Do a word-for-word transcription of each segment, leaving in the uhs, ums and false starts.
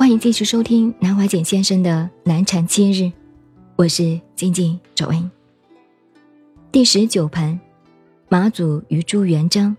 欢迎继续收听南怀瑾先生的南禅七日，我是精进周恩。第十九盘，马祖与朱元璋。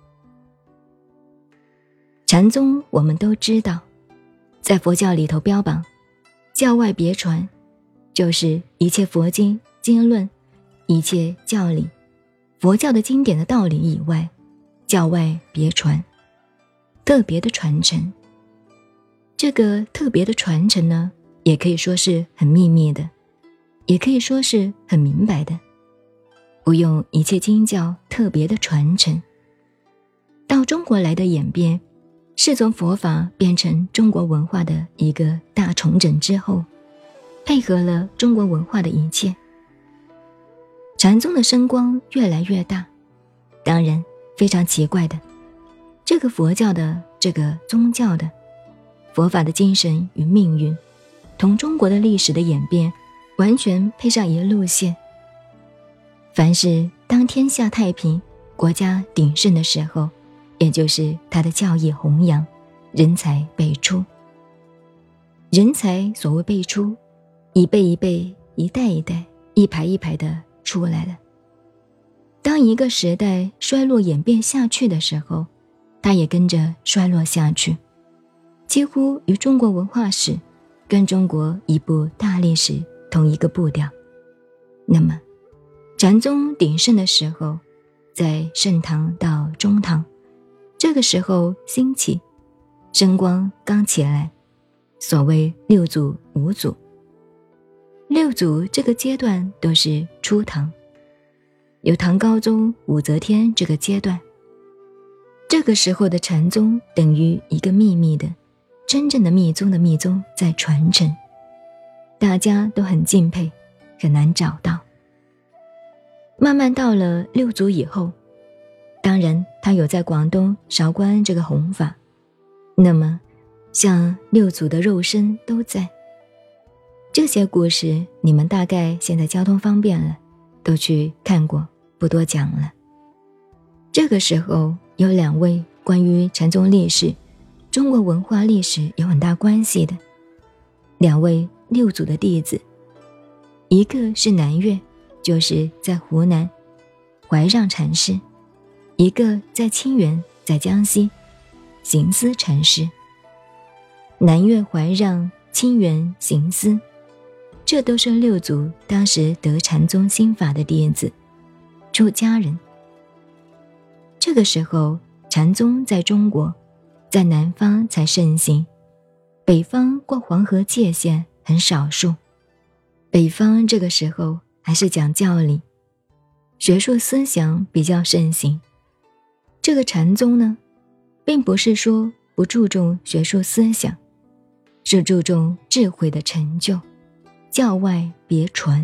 禅宗我们都知道，在佛教里头标榜教外别传，就是一切佛经经论，一切教理佛教的经典的道理以外，教外别传，特别的传承。这个特别的传承呢，也可以说是很秘密的，也可以说是很明白的，不用一切经教特别的传承。到中国来的演变，是从佛法变成中国文化的一个大重整之后，配合了中国文化的一切，禅宗的声光越来越大。当然非常奇怪的，这个佛教的这个宗教的佛法的精神与命运，同中国的历史的演变完全配上一个路线。凡是当天下太平，国家鼎盛的时候，也就是他的教义弘扬，人才辈出。人才所谓辈出，一辈一辈，一代一代，一排一排的出来了。当一个时代衰落演变下去的时候，它也跟着衰落下去，几乎与中国文化史跟中国一部大历史同一个步调。那么禅宗鼎盛的时候，在盛唐到中唐，这个时候兴起，声光刚起来，所谓六祖五祖。六祖这个阶段都是初唐，有唐高宗武则天这个阶段。这个时候的禅宗等于一个秘密的真正的密宗的密宗在传承，大家都很敬佩，很难找到。慢慢到了六祖以后，当然他有在广东韶关这个弘法，那么像六祖的肉身都在。这些故事你们大概现在交通方便了，都去看过，不多讲了。这个时候有两位关于禅宗历史中国文化历史有很大关系的两位六祖的弟子，一个是南岳，就是在湖南怀让禅师，一个在清源，在江西行思禅师。南岳怀让，清源行思，这都是六祖当时得禅宗心法的弟子，出家人。这个时候禅宗在中国在南方才盛行，北方过黄河界限很少数。北方这个时候还是讲教理，学术思想比较盛行。这个禅宗呢，并不是说不注重学术思想，是注重智慧的成就，教外别传。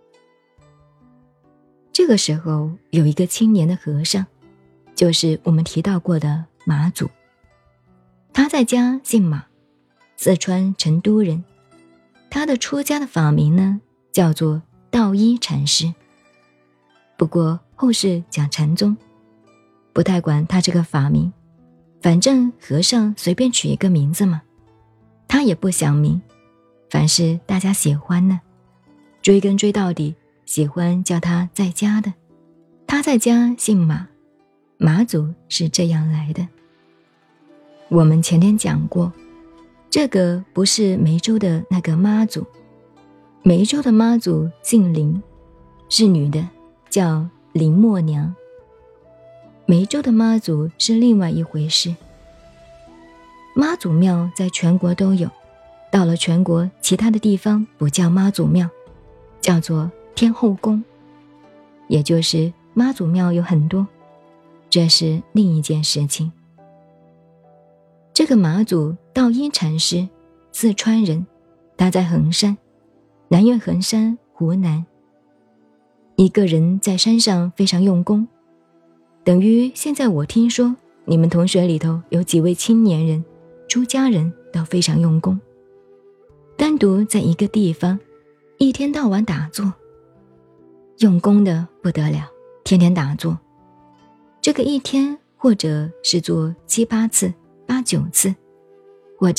这个时候有一个青年的和尚，就是我们提到过的马祖。他在家姓马，四川成都人。他的出家的法名呢，叫做道一禅师。不过后世讲禅宗，不太管他这个法名，反正和尚随便取一个名字嘛，他也不想名，凡是大家喜欢呢，追根追到底，喜欢叫他在家的。他在家姓马，马祖是这样来的。我们前天讲过，这个不是梅州的那个妈祖，梅州的妈祖姓林，是女的，叫林默娘。梅州的妈祖是另外一回事。妈祖庙在全国都有，到了全国其他的地方不叫妈祖庙，叫做天后宫，也就是妈祖庙有很多，这是另一件事情。这个马祖道一禅师，四川人，他在衡山，南岳衡山，湖南。一个人在山上非常用功，等于现在我听说你们同学里头有几位青年人出家人都非常用功，单独在一个地方一天到晚打坐，用功的不得了，天天打坐。这个一天或者是做七八次八九次，或者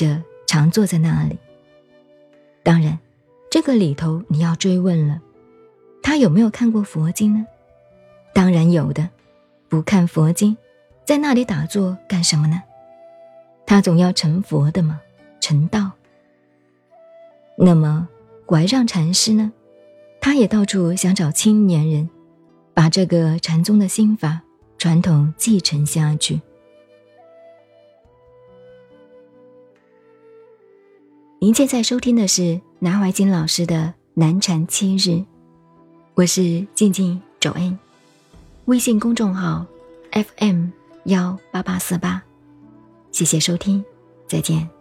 常坐在那里。当然，这个里头你要追问了，他有没有看过佛经呢？当然有的，不看佛经，在那里打坐干什么呢？他总要成佛的嘛，成道。那么怀让禅师呢，他也到处想找青年人，把这个禅宗的心法传统继承下去。您现在收听的是南怀瑾老师的南禅七日，我是静静周恩，微信公众号 F M 一八八四八，谢谢收听，再见。